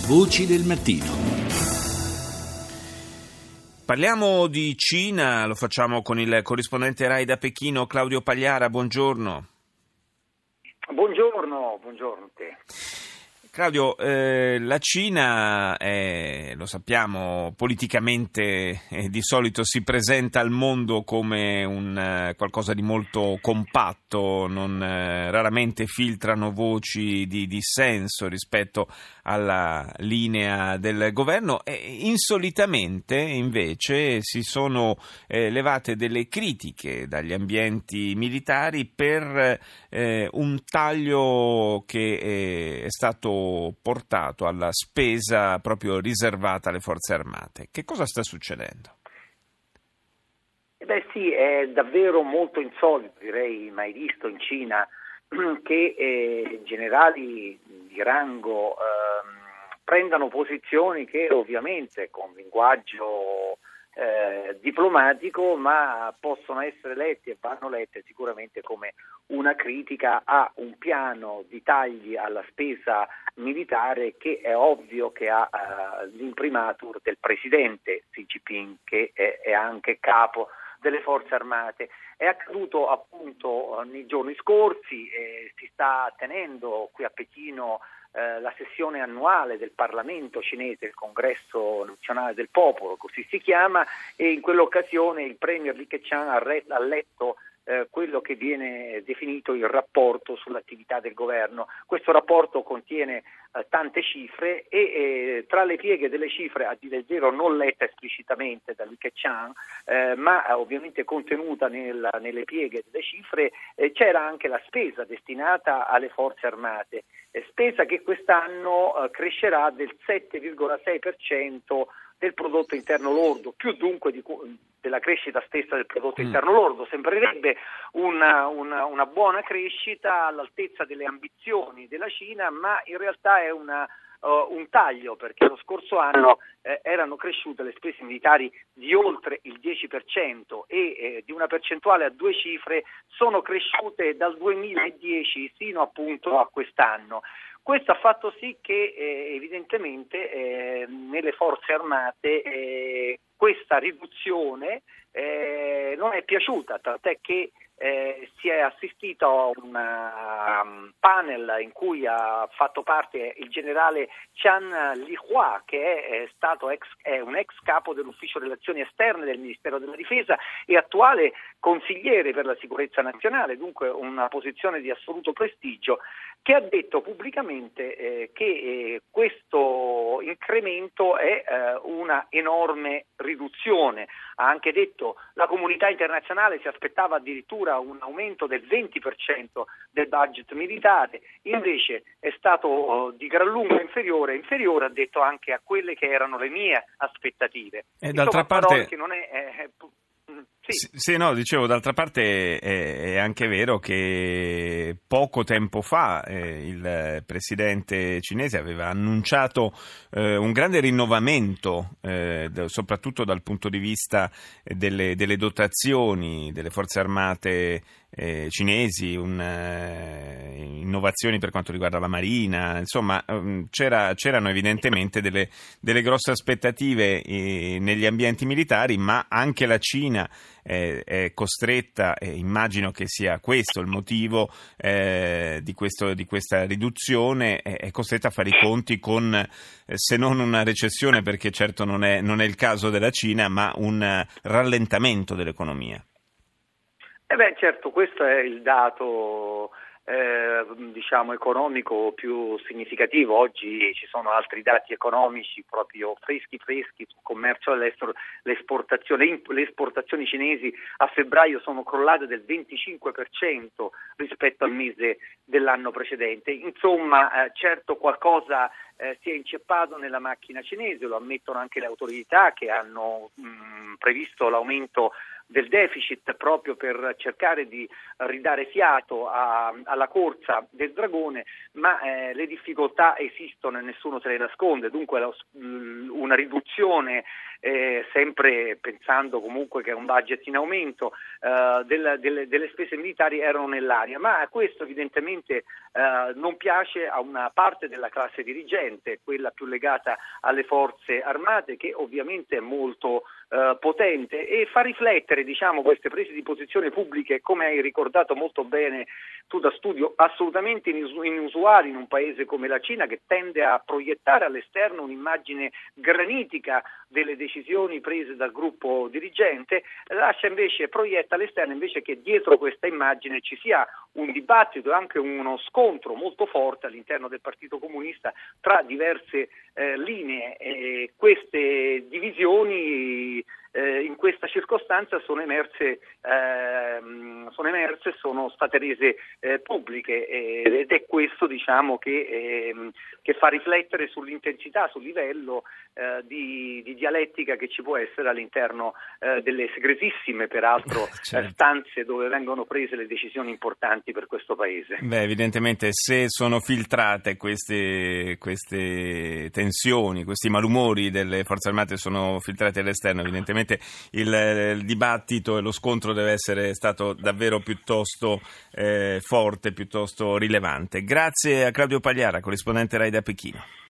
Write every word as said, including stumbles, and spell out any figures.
Voci del mattino. Parliamo di Cina, lo facciamo con il corrispondente Rai da Pechino, Claudio Pagliara, buongiorno. Buongiorno, buongiorno a te. Claudio, eh, la Cina, è, lo sappiamo, politicamente eh, di solito si presenta al mondo come un eh, qualcosa di molto compatto, non, eh, raramente filtrano voci di dissenso rispetto alla linea del governo e insolitamente invece si sono eh, levate delle critiche dagli ambienti militari per eh, un taglio che eh, è stato portato alla spesa proprio riservata alle forze armate. Che cosa sta succedendo? Eh beh sì, è davvero molto insolito, direi mai visto in Cina, che eh, generali di rango eh, prendano posizioni che ovviamente con linguaggio eh, diplomatico, ma possono essere letti e vanno lette sicuramente come una critica a un piano di tagli alla spesa militare che è ovvio che ha uh, l'imprimatur del presidente Xi Jinping, che è, è anche capo delle forze armate. È accaduto appunto nei giorni scorsi, eh, si sta tenendo qui a Pechino eh, la sessione annuale del Parlamento cinese, il Congresso Nazionale del Popolo, così si chiama, e in quell'occasione il premier Li Keqiang ha, re- ha letto Eh, quello che viene definito il rapporto sull'attività del governo. Questo rapporto contiene eh, tante cifre e eh, tra le pieghe delle cifre, a dire il vero non letta esplicitamente da Li Keqiang, eh, ma eh, ovviamente contenuta nel, nelle pieghe delle cifre, eh, c'era anche la spesa destinata alle forze armate, eh, spesa che quest'anno eh, crescerà del sette virgola sei per cento del prodotto interno lordo, più dunque di, della crescita stessa del prodotto mm. interno lordo. Sembrerebbe una, una, una buona crescita all'altezza delle ambizioni della Cina, ma in realtà è una, uh, un taglio, perché lo scorso anno eh, erano cresciute le spese militari di oltre il dieci per cento e eh, di una percentuale a due cifre sono cresciute dal duemiladieci sino appunto a quest'anno. Questo ha fatto sì che eh, evidentemente eh, nelle forze armate eh, questa riduzione eh, non è piaciuta, tant'è che eh, si è assistito a un um, panel in cui ha fatto parte il generale Chan Lihua, che è, è stato ex, è un ex capo dell'ufficio relazioni esterne del Ministero della Difesa e attuale consigliere per la sicurezza nazionale, dunque una posizione di assoluto prestigio, che ha detto pubblicamente eh, che eh, questo incremento è eh, una enorme riduzione. Ha anche detto la comunità internazionale si aspettava addirittura un aumento del venti per cento del budget militare, invece è stato oh, di gran lunga inferiore, inferiore ha detto anche a quelle che erano le mie aspettative. E d'altra Insomma, parte che non è, è Sì. sì, no, dicevo, d'altra parte è, è anche vero che poco tempo fa eh, il presidente cinese aveva annunciato eh, un grande rinnovamento, eh, soprattutto dal punto di vista delle, delle dotazioni delle forze armate eh, cinesi, un, eh, innovazioni per quanto riguarda la marina, insomma um, c'era, c'erano evidentemente delle, delle grosse aspettative eh, negli ambienti militari, ma anche la Cina è, è costretta, e immagino che sia questo il motivo eh, di, questo, di questa riduzione, è, è costretta a fare i conti con, eh, se non una recessione, perché certo non è, non è il caso della Cina, ma un rallentamento dell'economia. Eh beh, certo, questo è il dato eh, diciamo economico più significativo. Oggi ci sono altri dati economici proprio freschi freschi sul commercio all'estero. Le esportazioni, le esportazioni cinesi a febbraio sono crollate del venticinque per cento rispetto al mese dell'anno precedente. Insomma, eh, certo qualcosa Eh, si è inceppato nella macchina cinese, lo ammettono anche le autorità che hanno mh, previsto l'aumento del deficit proprio per cercare di ridare fiato a, alla corsa del dragone, ma eh, le difficoltà esistono e nessuno se le nasconde, dunque la, una riduzione eh, sempre pensando comunque che è un budget in aumento eh, del, delle, delle spese militari erano nell'aria, ma questo evidentemente eh, non piace a una parte della classe dirigente, quella più legata alle forze armate, che ovviamente è molto Uh, potente, e fa riflettere, diciamo, queste prese di posizione pubbliche, come hai ricordato molto bene tu da studio, assolutamente inusuali in un paese come la Cina, che tende a proiettare all'esterno un'immagine granitica delle decisioni prese dal gruppo dirigente, lascia invece, proietta all'esterno invece che dietro questa immagine ci sia un dibattito e anche uno scontro molto forte all'interno del Partito Comunista tra diverse eh, linee. E queste divisioni eh, in questa circostanza sono emerse, eh, sono emerse, sono state rese eh, pubbliche eh, ed è questo, diciamo, che, eh, che fa riflettere sull'intensità, sul livello eh, di, di dialettica che ci può essere all'interno eh, delle segretissime, peraltro, certo. stanze dove vengono prese le decisioni importanti per questo paese. Beh, evidentemente se sono filtrate queste, queste tensioni, questi malumori delle forze armate sono filtrati all'esterno, evidentemente il, il dibattito e lo scontro deve essere stato davvero piuttosto eh, forte, piuttosto rilevante. Grazie a Claudio Pagliara, corrispondente Rai da Pechino.